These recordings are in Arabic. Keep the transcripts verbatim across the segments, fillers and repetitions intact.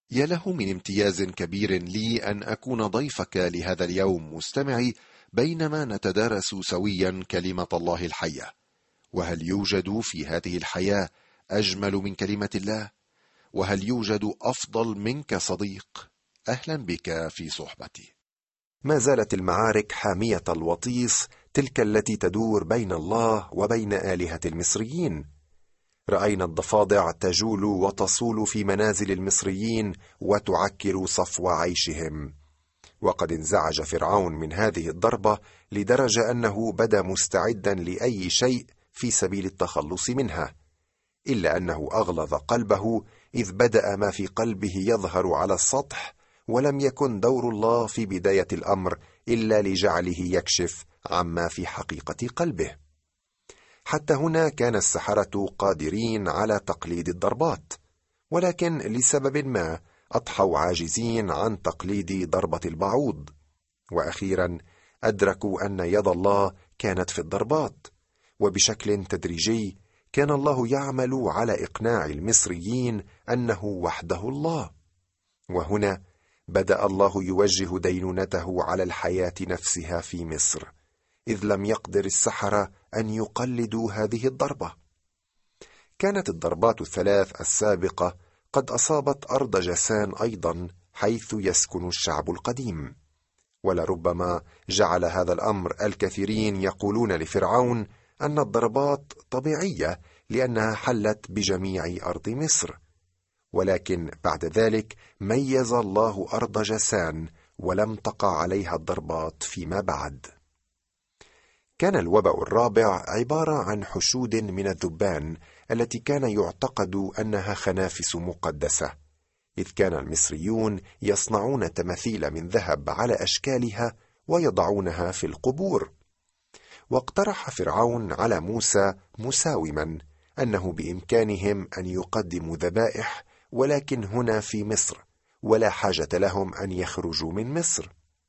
يا له من امتياز كبير لي أن أكون ضيفك لهذا اليوم مستمعي، بينما نتدارس سويا كلمة الله الحية. وهل يوجد في هذه الحياة أجمل من كلمة الله؟ وهل يوجد أفضل منك صديق؟ أهلا بك في صحبتي. ما زالت المعارك حامية الوطيس، تلك التي تدور بين الله وبين آلهة المصريين. رأينا الضفادع تجول وتصول في منازل المصريين وتعكر صفو عيشهم. وقد انزعج فرعون من هذه الضربة لدرجة أنه بدا مستعدا لأي شيء في سبيل التخلص منها، إلا أنه أغلظ قلبه إذ بدأ ما في قلبه يظهر على السطح، ولم يكن دور الله في بداية الأمر إلا لجعله يكشف عما في حقيقة قلبه. حتى هنا كان السحرة قادرين على تقليد الضربات، ولكن لسبب ما أضحوا عاجزين عن تقليد ضربة البعوض. وأخيرا أدركوا أن يد الله كانت في الضربات، وبشكل تدريجي كان الله يعمل على إقناع المصريين أنه وحده الله. وهنا بدأ الله يوجه دينونته على الحياة نفسها في مصر، إذ لم يقدر السحرة أن يقلدوا هذه الضربة. كانت الضربات الثلاث السابقة قد أصابت أرض جسان أيضا، حيث يسكن الشعب القديم. ولربما جعل هذا الأمر الكثيرين يقولون لفرعون أن الضربات طبيعية لأنها حلت بجميع أرض مصر. ولكن بعد ذلك ميز الله أرض جسان ولم تقع عليها الضربات فيما بعد. كان الوباء الرابع عبارة عن حشود من الذبان التي كان يعتقد أنها خنافس مقدسة، إذ كان المصريون يصنعون تماثيل من ذهب على أشكالها ويضعونها في القبور. واقترح فرعون على موسى مساوما أنه بإمكانهم أن يقدموا ذبائح، ولكن هنا في مصر، ولا حاجة لهم أن يخرجوا من مصر.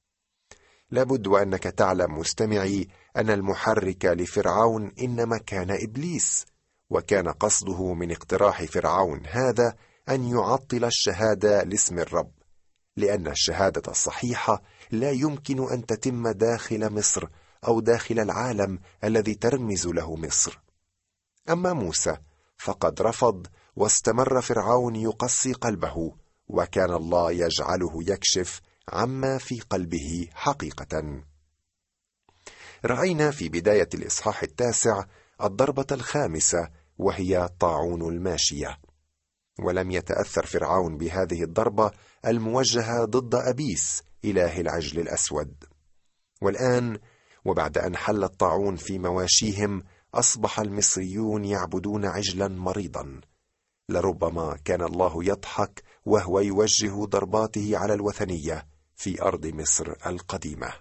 لابد وأنك تعلم مستمعي أن المحرك لفرعون إنما كان إبليس، وكان قصده من اقتراح فرعون هذا أن يعطل الشهادة لاسم الرب، لأن الشهادة الصحيحة لا يمكن أن تتم داخل مصر أو داخل العالم الذي ترمز له مصر. أما موسى فقد رفض، واستمر فرعون يقسي قلبه، وكان الله يجعله يكشف عما في قلبه حقيقة. رأينا في بداية الإصحاح التاسع الضربة الخامسة، وهي طاعون الماشية. ولم يتأثر فرعون بهذه الضربة الموجهة ضد أبيس إله العجل الأسود. والآن وبعد أن حل الطاعون في مواشيهم، أصبح المصريون يعبدون عجلا مريضا. لربما كان الله يضحك وهو يوجه ضرباته على الوثنية في أرض مصر القديمة.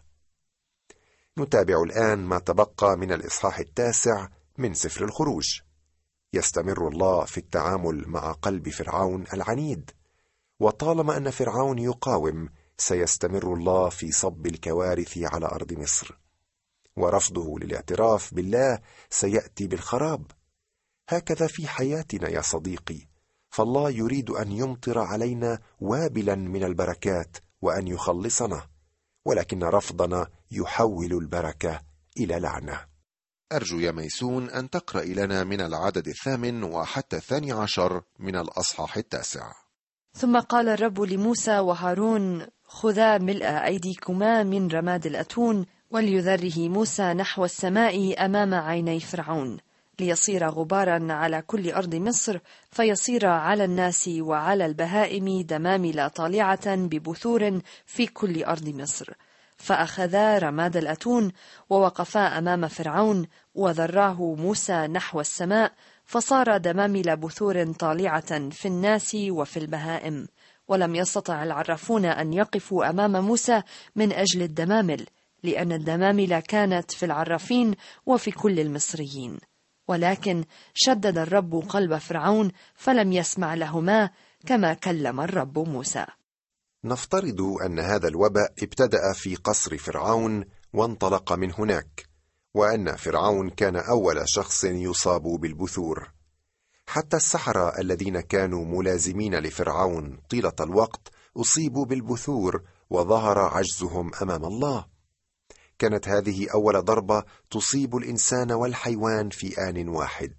نتابع الآن ما تبقى من الإصحاح التاسع من سفر الخروج. يستمر الله في التعامل مع قلب فرعون العنيد، وطالما أن فرعون يقاوم سيستمر الله في صب الكوارث على أرض مصر، ورفضه للاعتراف بالله سيأتي بالخراب. هكذا في حياتنا يا صديقي، فالله يريد أن يمطر علينا وابلا من البركات وأن يخلصنا، ولكن رفضنا يحول البركة إلى لعنة. أرجو يا ميسون أن تقرأ لنا من العدد الثامن وحتى الثاني عشر من الأصحاح التاسع. ثم قال الرب لموسى وهارون: خذا ملء أيديكما من رماد الأتون، وليذره موسى نحو السماء أمام عيني فرعون، ليصير غبارا على كل أرض مصر، فيصير على الناس وعلى البهائم دمامل طالعة ببثور في كل أرض مصر. فأخذا رماد الأتون ووقفا أمام فرعون، وذراه موسى نحو السماء، فصار دمامل بثور طالعة في الناس وفي البهائم. ولم يستطع العرافون أن يقفوا أمام موسى من أجل الدمامل، لأن الدمامل كانت في العرافين وفي كل المصريين. ولكن شدد الرب قلب فرعون فلم يسمع لهما، كما كلم الرب موسى. نفترض أن هذا الوباء ابتدأ في قصر فرعون وانطلق من هناك، وأن فرعون كان أول شخص يصاب بالبثور. حتى السحرة الذين كانوا ملازمين لفرعون طيلة الوقت أصيبوا بالبثور وظهر عجزهم أمام الله. كانت هذه أول ضربة تصيب الإنسان والحيوان في آن واحد.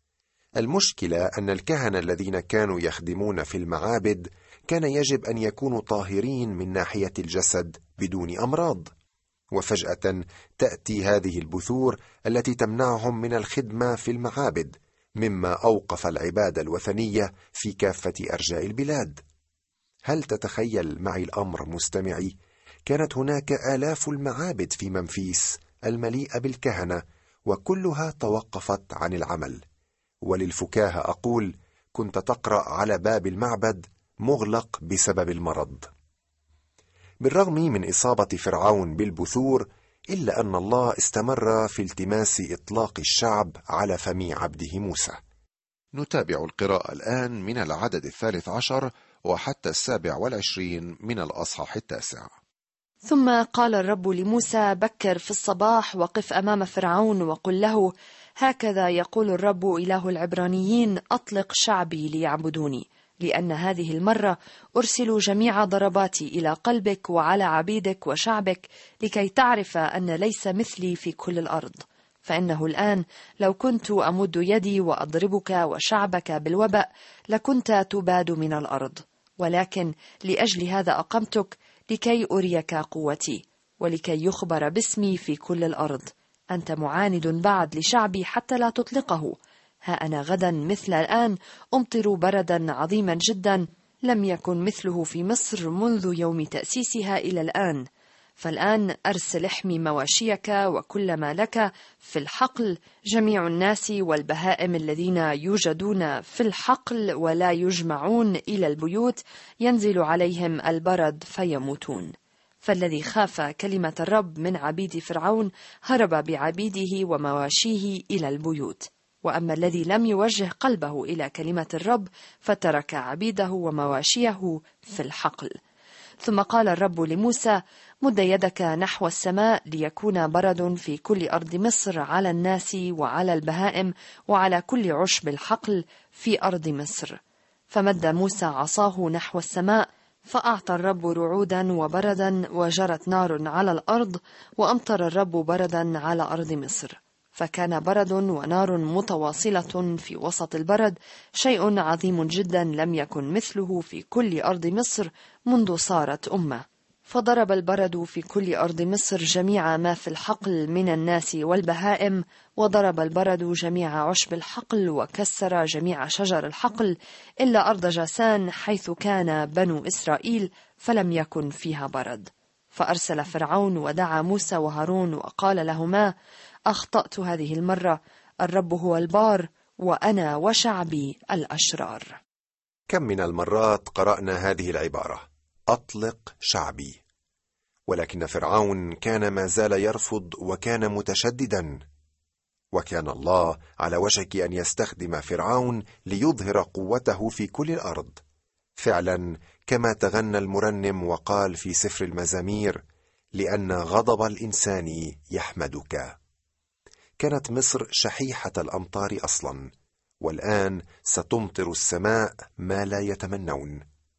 المشكلة أن الكهنة الذين كانوا يخدمون في المعابد كان يجب أن يكونوا طاهرين من ناحية الجسد بدون أمراض، وفجأة تأتي هذه البثور التي تمنعهم من الخدمة في المعابد، مما أوقف العبادة الوثنية في كافة أرجاء البلاد. هل تتخيل معي الأمر مستمعي؟ كانت هناك آلاف المعابد في ممفيس المليئة بالكهنة، وكلها توقفت عن العمل. وللفكاهة أقول، كنت تقرأ على باب المعبد مغلق بسبب المرض. بالرغم من إصابة فرعون بالبثور، إلا أن الله استمر في التماس إطلاق الشعب على فم عبده موسى. نتابع القراءة الآن من العدد الثالث عشر وحتى السابع والعشرين من الأصحاح التاسع. ثم قال الرب لموسى: بكر في الصباح وقف أمام فرعون وقل له: هكذا يقول الرب إله العبرانيين: أطلق شعبي ليعبدوني، لأن هذه المرة أرسل جميع ضرباتي إلى قلبك وعلى عبيدك وشعبك، لكي تعرف أن ليس مثلي في كل الأرض. فإنه الآن لو كنت أمد يدي وأضربك وشعبك بالوبأ لكنت تباد من الأرض، ولكن لأجل هذا أقمتك، لكي أريك قوتي، ولكي يخبر باسمي في كل الأرض. أنت معاند بعد لشعبي حتى لا تطلقه. ها أنا غدا مثل الآن أمطر بردا عظيما جدا لم يكن مثله في مصر منذ يوم تأسيسها إلى الآن. فالآن أرسل احمي مواشيك وكل ما لك في الحقل، جميع الناس والبهائم الذين يوجدون في الحقل ولا يجمعون إلى البيوت ينزل عليهم البرد فيموتون. فالذي خاف كلمة الرب من عبيد فرعون هرب بعبيده ومواشيه إلى البيوت، وأما الذي لم يوجه قلبه إلى كلمة الرب فترك عبيده ومواشيه في الحقل. ثم قال الرب لموسى: مد يدك نحو السماء ليكون برد في كل أرض مصر على الناس وعلى البهائم وعلى كل عشب الحقل في أرض مصر. فمد موسى عصاه نحو السماء، فأعطى الرب رعودا وبردا، وجرت نار على الأرض، وأمطر الرب بردا على أرض مصر. فكان برد ونار متواصلة في وسط البرد، شيء عظيم جدا لم يكن مثله في كل أرض مصر منذ صارت أمة. فضرب البرد في كل أرض مصر جميع ما في الحقل من الناس والبهائم، وضرب البرد جميع عشب الحقل وكسر جميع شجر الحقل إلا أرض جاسان حيث كان بنو إسرائيل، فلم يكن فيها برد. فأرسل فرعون ودعا موسى وهارون وقال لهما: أخطأت هذه المرة، الرب هو البار وأنا وشعبي الأشرار. كم من المرات قرأنا هذه العبارة: أطلق شعبي، ولكن فرعون كان ما زال يرفض وكان متشددا، وكان الله على وشك أن يستخدم فرعون ليظهر قوته في كل الأرض. فعلا كما تغنى المرنم وقال في سفر المزامير: لأن غضب الإنسان يحمدك. كانت مصر شحيحة الأمطار أصلا، والآن ستمطر السماء ما لا يتمنون.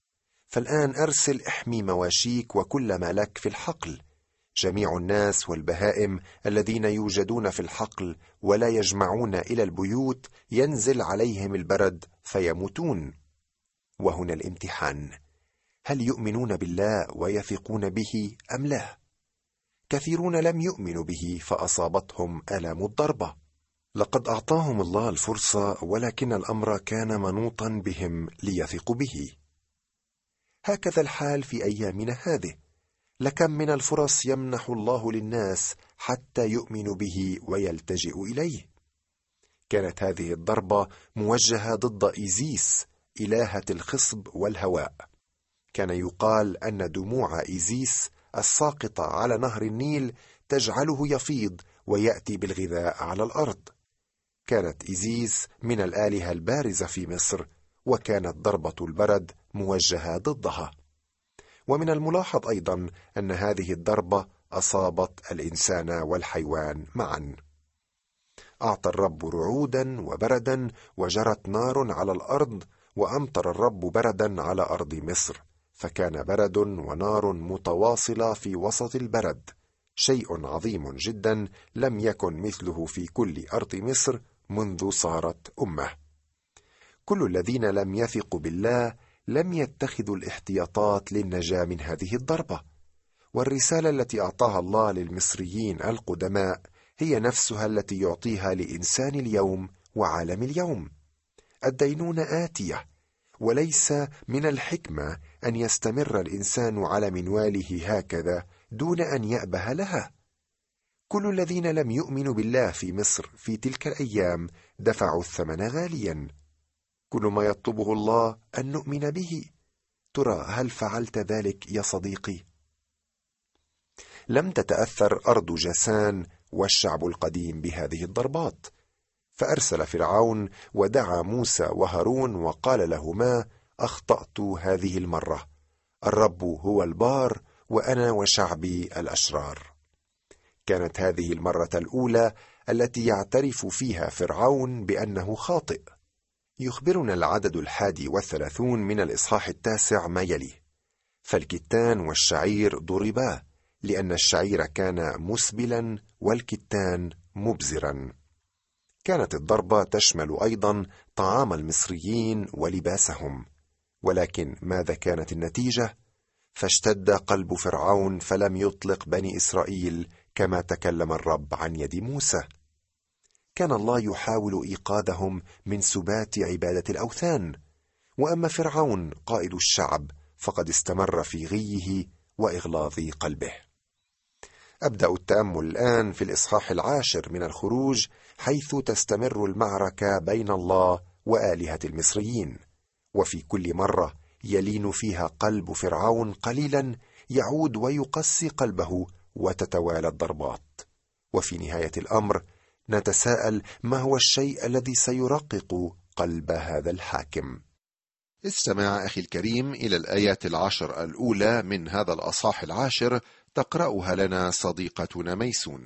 فالآن أرسل احمي مواشيك وكل ما لك في الحقل، جميع الناس والبهائم الذين يوجدون في الحقل ولا يجمعون إلى البيوت ينزل عليهم البرد فيموتون. وهنا الامتحان: هل يؤمنون بالله ويثقون به أم لا؟ كثيرون لم يؤمنوا به فأصابتهم آلام الضربة. لقد أعطاهم الله الفرصة، ولكن الأمر كان منوطا بهم ليثقوا به. هكذا الحال في أيامنا هذه. لكم من الفرص يمنح الله للناس حتى يؤمنوا به ويلتجئوا إليه. كانت هذه الضربة موجهة ضد إيزيس، إلهة الخصب والهواء. كان يقال أن دموع إيزيس الساقطة على نهر النيل تجعله يفيض ويأتي بالغذاء على الأرض. كانت إيزيس من الآلهة البارزة في مصر، وكانت ضربة البرد موجهة ضدها. ومن الملاحظ أيضا أن هذه الضربة أصابت الإنسان والحيوان معا. أعطى الرب رعودا وبردا، وجرت نار على الأرض، وأمطر الرب بردا على أرض مصر، فكان برد ونار متواصلة في وسط البرد، شيء عظيم جدا لم يكن مثله في كل أرض مصر منذ صارت أمة. كل الذين لم يثقوا بالله لم يتخذوا الاحتياطات للنجاة من هذه الضربة، والرسالة التي أعطاها الله للمصريين القدماء هي نفسها التي يعطيها لإنسان اليوم وعالم اليوم. الدينونة آتية، وليس من الحكمة أن يستمر الإنسان على منواله هكذا دون أن يأبه لها. كل الذين لم يؤمنوا بالله في مصر في تلك الأيام دفعوا الثمن غاليا. كل ما يطلبه الله أن نؤمن به. ترى هل فعلت ذلك يا صديقي؟ لم تتأثر أرض جاسان والشعب القديم بهذه الضربات، فأرسل فرعون ودعا موسى وهارون وقال لهما: أخطأت هذه المرة، الرب هو البار وأنا وشعبي الأشرار. كانت هذه المرة الأولى التي يعترف فيها فرعون بأنه خاطئ. يخبرنا العدد الحادي والثلاثون من الإصحاح التاسع ما يلي: فالكتان والشعير ضربا، لأن الشعير كان مسبلا والكتان مبزرا. كانت الضربة تشمل أيضا طعام المصريين ولباسهم، ولكن ماذا كانت النتيجة؟ فاشتد قلب فرعون فلم يطلق بني إسرائيل كما تكلم الرب عن يد موسى. كان الله يحاول إيقاظهم من سبات عبادة الأوثان، وأما فرعون قائد الشعب فقد استمر في غيه وإغلاظ قلبه. أبدأ التأمل الآن في الإصحاح العاشر من الخروج، حيث تستمر المعركة بين الله وآلهة المصريين، وفي كل مرة يلين فيها قلب فرعون قليلا يعود ويقسي قلبه وتتوالى الضربات. وفي نهاية الأمر نتساءل: ما هو الشيء الذي سيرقق قلب هذا الحاكم؟ استمع أخي الكريم إلى الآيات العشر الأولى من هذا الأصحاح العاشر، تقرأها لنا صديقتنا ميسون.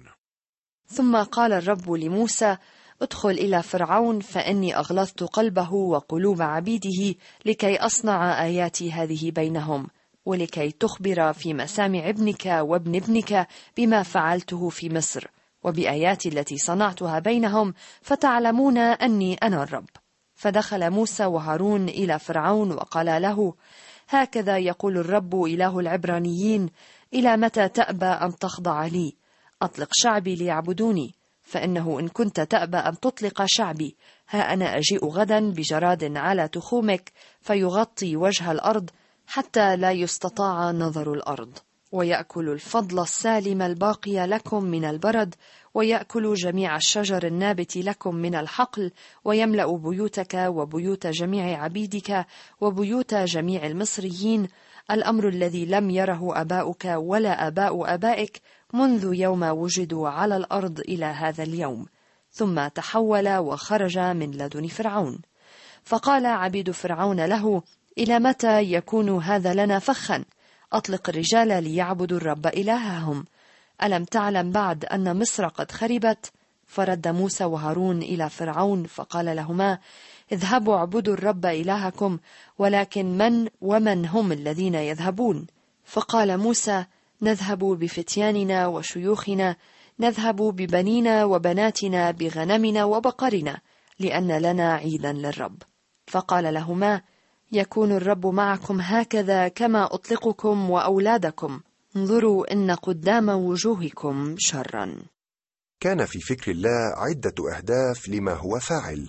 ثم قال الرب لموسى: ادخل إلى فرعون، فإني أغلظت قلبه وقلوب عبيده لكي أصنع آياتي هذه بينهم، ولكي تخبر في مسامع ابنك وابن ابنك بما فعلته في مصر وبآياتي التي صنعتها بينهم، فتعلمون أني أنا الرب. فدخل موسى وهارون إلى فرعون وقال له: هكذا يقول الرب إله العبرانيين: إلى متى تأبى أن تخضع لي؟ أطلق شعبي ليعبدوني، فإنه إن كنت تأبى أن تطلق شعبي، ها أنا أجيء غدا بجراد على تخومك فيغطي وجه الأرض حتى لا يستطاع نظر الأرض، ويأكل الفضل السالم الباقي لكم من البرد، ويأكل جميع الشجر النابت لكم من الحقل، ويملأ بيوتك وبيوت جميع عبيدك وبيوت جميع المصريين، الأمر الذي لم يره أباؤك ولا آباء آبائك منذ يوم وجدوا على الأرض إلى هذا اليوم. ثم تحول وخرج من لدن فرعون. فقال عبيد فرعون له: إلى متى يكون هذا لنا فخا؟ أطلق الرجال ليعبدوا الرب إلههم. ألم تعلم بعد أن مصر قد خربت؟ فرد موسى وهارون إلى فرعون فقال لهما: اذهبوا اعبدوا الرب إلهكم، ولكن من ومن هم الذين يذهبون؟ فقال موسى: نذهب بفتياننا وشيوخنا، نذهب ببنينا وبناتنا، بغنمنا وبقرنا، لأن لنا عيدا للرب. فقال لهما: يكون الرب معكم هكذا كما أطلقكم وأولادكم، انظروا إن قدام وجوهكم شرا. كان في فكر الله عدة أهداف لما هو فاعل.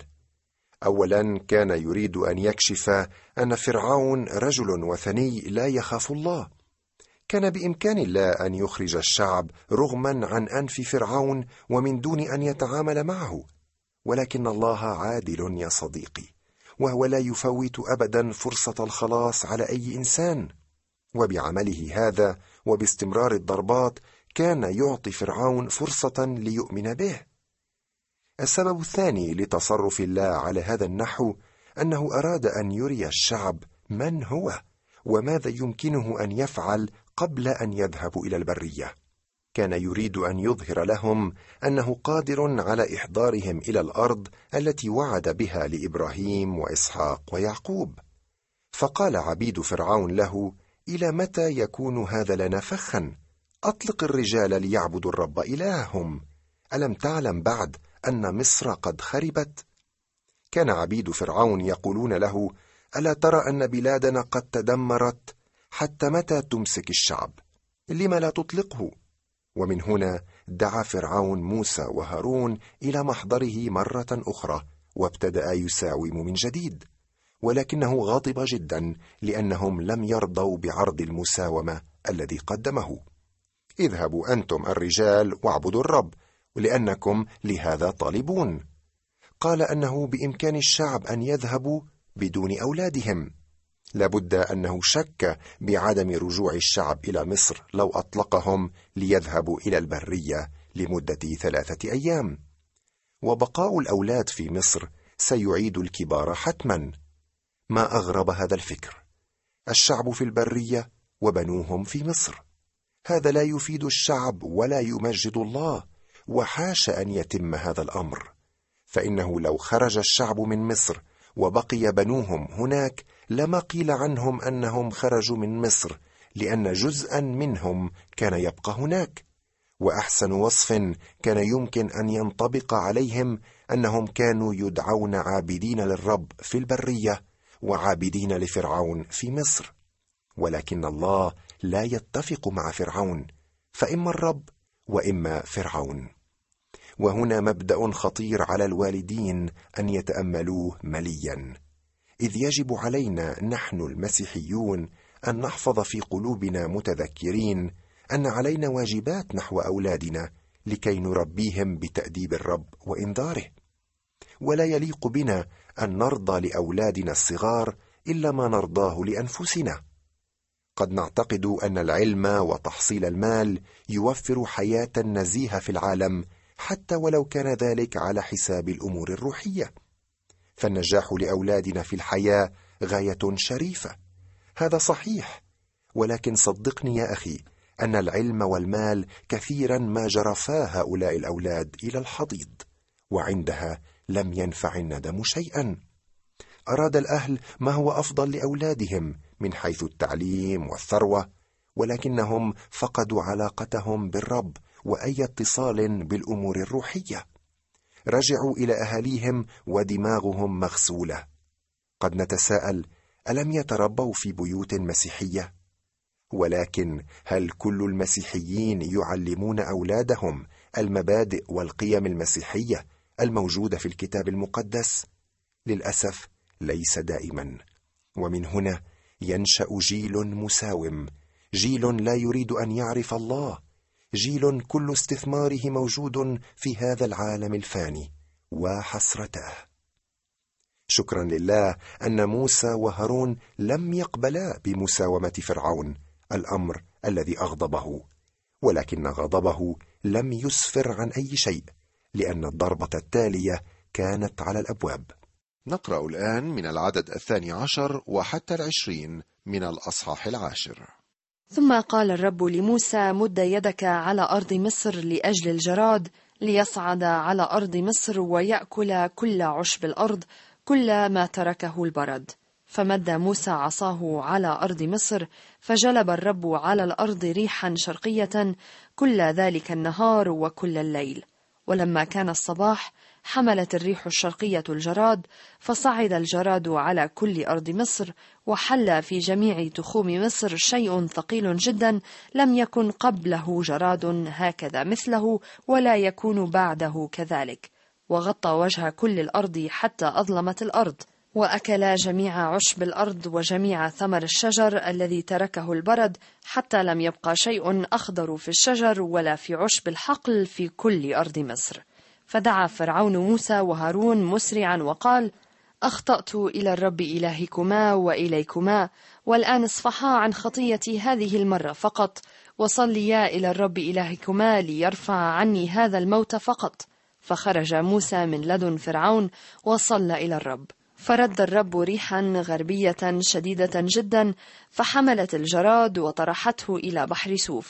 أولا، كان يريد أن يكشف أن فرعون رجل وثني لا يخاف الله. كان بإمكان الله أن يخرج الشعب رغما عن أنف فرعون ومن دون أن يتعامل معه، ولكن الله عادل يا صديقي، وهو لا يفوت أبدا فرصة الخلاص على أي إنسان. وبعمله هذا وباستمرار الضربات كان يعطي فرعون فرصة ليؤمن به. السبب الثاني لتصرف الله على هذا النحو أنه أراد أن يري الشعب من هو وماذا يمكنه أن يفعل قبل أن يذهبوا إلى البرية. كان يريد أن يظهر لهم أنه قادر على إحضارهم إلى الأرض التي وعد بها لإبراهيم وإسحاق ويعقوب. فقال عبيد فرعون له: إلى متى يكون هذا لنا فخا؟ أطلق الرجال ليعبدوا الرب إلههم. ألم تعلم بعد أن مصر قد خربت؟ كان عبيد فرعون يقولون له: ألا ترى أن بلادنا قد تدمرت؟ حتى متى تمسك الشعب؟ لم لا تطلقه؟ ومن هنا دعا فرعون موسى وهارون إلى محضره مرة أخرى، وابتدأ يساوم من جديد، ولكنه غضب جدا لأنهم لم يرضوا بعرض المساومة الذي قدمه. اذهبوا أنتم الرجال واعبدوا الرب، لأنكم لهذا طالبون. قال أنه بإمكان الشعب أن يذهبوا بدون أولادهم. لابد أنه شك بعدم رجوع الشعب إلى مصر لو أطلقهم ليذهبوا إلى البرية لمدة ثلاثة أيام، وبقاء الأولاد في مصر سيعيد الكبار حتما. ما أغرب هذا الفكر، الشعب في البرية وبنوهم في مصر. هذا لا يفيد الشعب ولا يمجد الله، وحاش أن يتم هذا الأمر، فإنه لو خرج الشعب من مصر وبقي بنوهم هناك لما قيل عنهم أنهم خرجوا من مصر، لأن جزءا منهم كان يبقى هناك. وأحسن وصف كان يمكن أن ينطبق عليهم أنهم كانوا يدعون عابدين للرب في البرية وعابدين لفرعون في مصر. ولكن الله لا يتفق مع فرعون، فإما الرب وإما فرعون. وهنا مبدأ خطير على الوالدين أن يتأملوه مليا، إذ يجب علينا نحن المسيحيون أن نحفظ في قلوبنا متذكرين أن علينا واجبات نحو أولادنا لكي نربيهم بتأديب الرب وإنذاره. ولا يليق بنا أن نرضى لأولادنا الصغار إلا ما نرضاه لأنفسنا. قد نعتقد أن العلم وتحصيل المال يوفر حياة نزيهة في العالم، حتى ولو كان ذلك على حساب الأمور الروحية. فالنجاح لأولادنا في الحياة غاية شريفة، هذا صحيح، ولكن صدقني يا أخي أن العلم والمال كثيرا ما جرفا هؤلاء الأولاد إلى الحضيض، وعندها لم ينفع الندم شيئا. أراد الأهل ما هو أفضل لأولادهم من حيث التعليم والثروة، ولكنهم فقدوا علاقتهم بالرب وأي اتصال بالأمور الروحية. رجعوا إلى أهاليهم ودماغهم مغسولة. قد نتساءل: ألم يتربوا في بيوت مسيحية؟ ولكن هل كل المسيحيين يعلمون أولادهم المبادئ والقيم المسيحية الموجودة في الكتاب المقدس؟ للأسف ليس دائما. ومن هنا ينشأ جيل مساوم، جيل لا يريد أن يعرف الله، جيل كل استثماره موجود في هذا العالم الفاني، وحسرته. شكرا لله أن موسى وهارون لم يقبلا بمساومة فرعون، الأمر الذي أغضبه، ولكن غضبه لم يسفر عن أي شيء، لأن الضربة التالية كانت على الأبواب. نقرأ الآن من العدد الثاني عشر وحتى العشرين من الأصحاح العاشر. ثم قال الرب لموسى: مد يدك على أرض مصر لأجل الجراد، ليصعد على أرض مصر ويأكل كل عشب الأرض، كل ما تركه البرد. فمد موسى عصاه على أرض مصر، فجلب الرب على الأرض ريحا شرقية كل ذلك النهار وكل الليل. ولما كان الصباح حملت الريح الشرقية الجراد، فصعد الجراد على كل أرض مصر، وحل في جميع تخوم مصر شيء ثقيل جدا، لم يكن قبله جراد هكذا مثله، ولا يكون بعده كذلك. وغطى وجه كل الأرض حتى أظلمت الأرض، وأكل جميع عشب الأرض وجميع ثمر الشجر الذي تركه البرد، حتى لم يبقى شيء أخضر في الشجر ولا في عشب الحقل في كل أرض مصر. فدعا فرعون موسى وهارون مسرعا وقال: أخطأت إلى الرب إلهكما وإليكما، والآن اصفحا عن خطيتي هذه المرة فقط، وصليا إلى الرب إلهكما ليرفع عني هذا الموت فقط. فخرج موسى من لدن فرعون وصلى إلى الرب، فرد الرب ريحا غربية شديدة جدا، فحملت الجراد وطرحته إلى بحر سوف.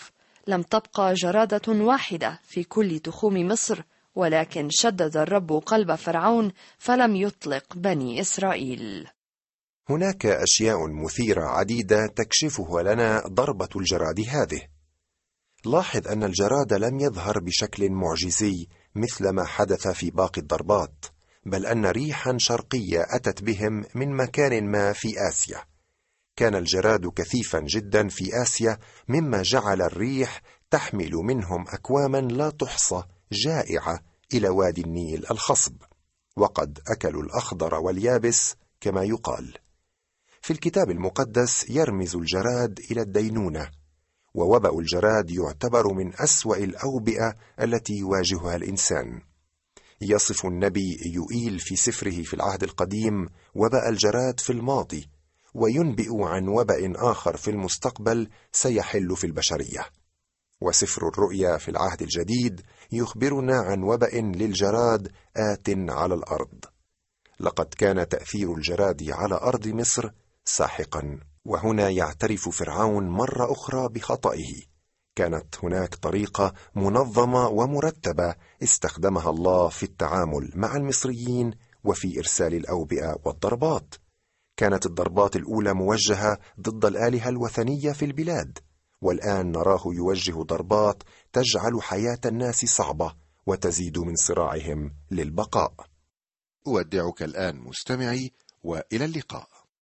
لم تبقى جرادة واحدة في كل تخوم مصر، ولكن شدد الرب قلب فرعون فلم يطلق بني إسرائيل. هناك أشياء مثيرة عديدة تكشفها لنا ضربة الجراد هذه. لاحظ أن الجراد لم يظهر بشكل معجزي مثل ما حدث في باقي الضربات، بل أن ريحا شرقية أتت بهم من مكان ما في آسيا. كان الجراد كثيفا جدا في آسيا، مما جعل الريح تحمل منهم أكواما لا تحصى جائعة إلى وادي النيل الخصب، وقد أكلوا الأخضر واليابس كما يقال. في الكتاب المقدس يرمز الجراد إلى الدينونة، ووباء الجراد يعتبر من أسوأ الأوبئة التي يواجهها الإنسان. يصف النبي يوئيل في سفره في العهد القديم وباء الجراد في الماضي، وينبئ عن وباء آخر في المستقبل سيحل في البشرية. وسفر الرؤيا في العهد الجديد يخبرنا عن وباء للجراد آت على الأرض. لقد كان تأثير الجراد على أرض مصر ساحقا، وهنا يعترف فرعون مرة أخرى بخطئه. كانت هناك طريقة منظمة ومرتبة استخدمها الله في التعامل مع المصريين وفي إرسال الأوبئة والضربات. كانت الضربات الأولى موجهة ضد الآلهة الوثنية في البلاد، والآن نراه يوجه ضربات تجعل حياة الناس صعبة وتزيد من صراعهم للبقاء. أودعك الآن مستمعي، وإلى اللقاء.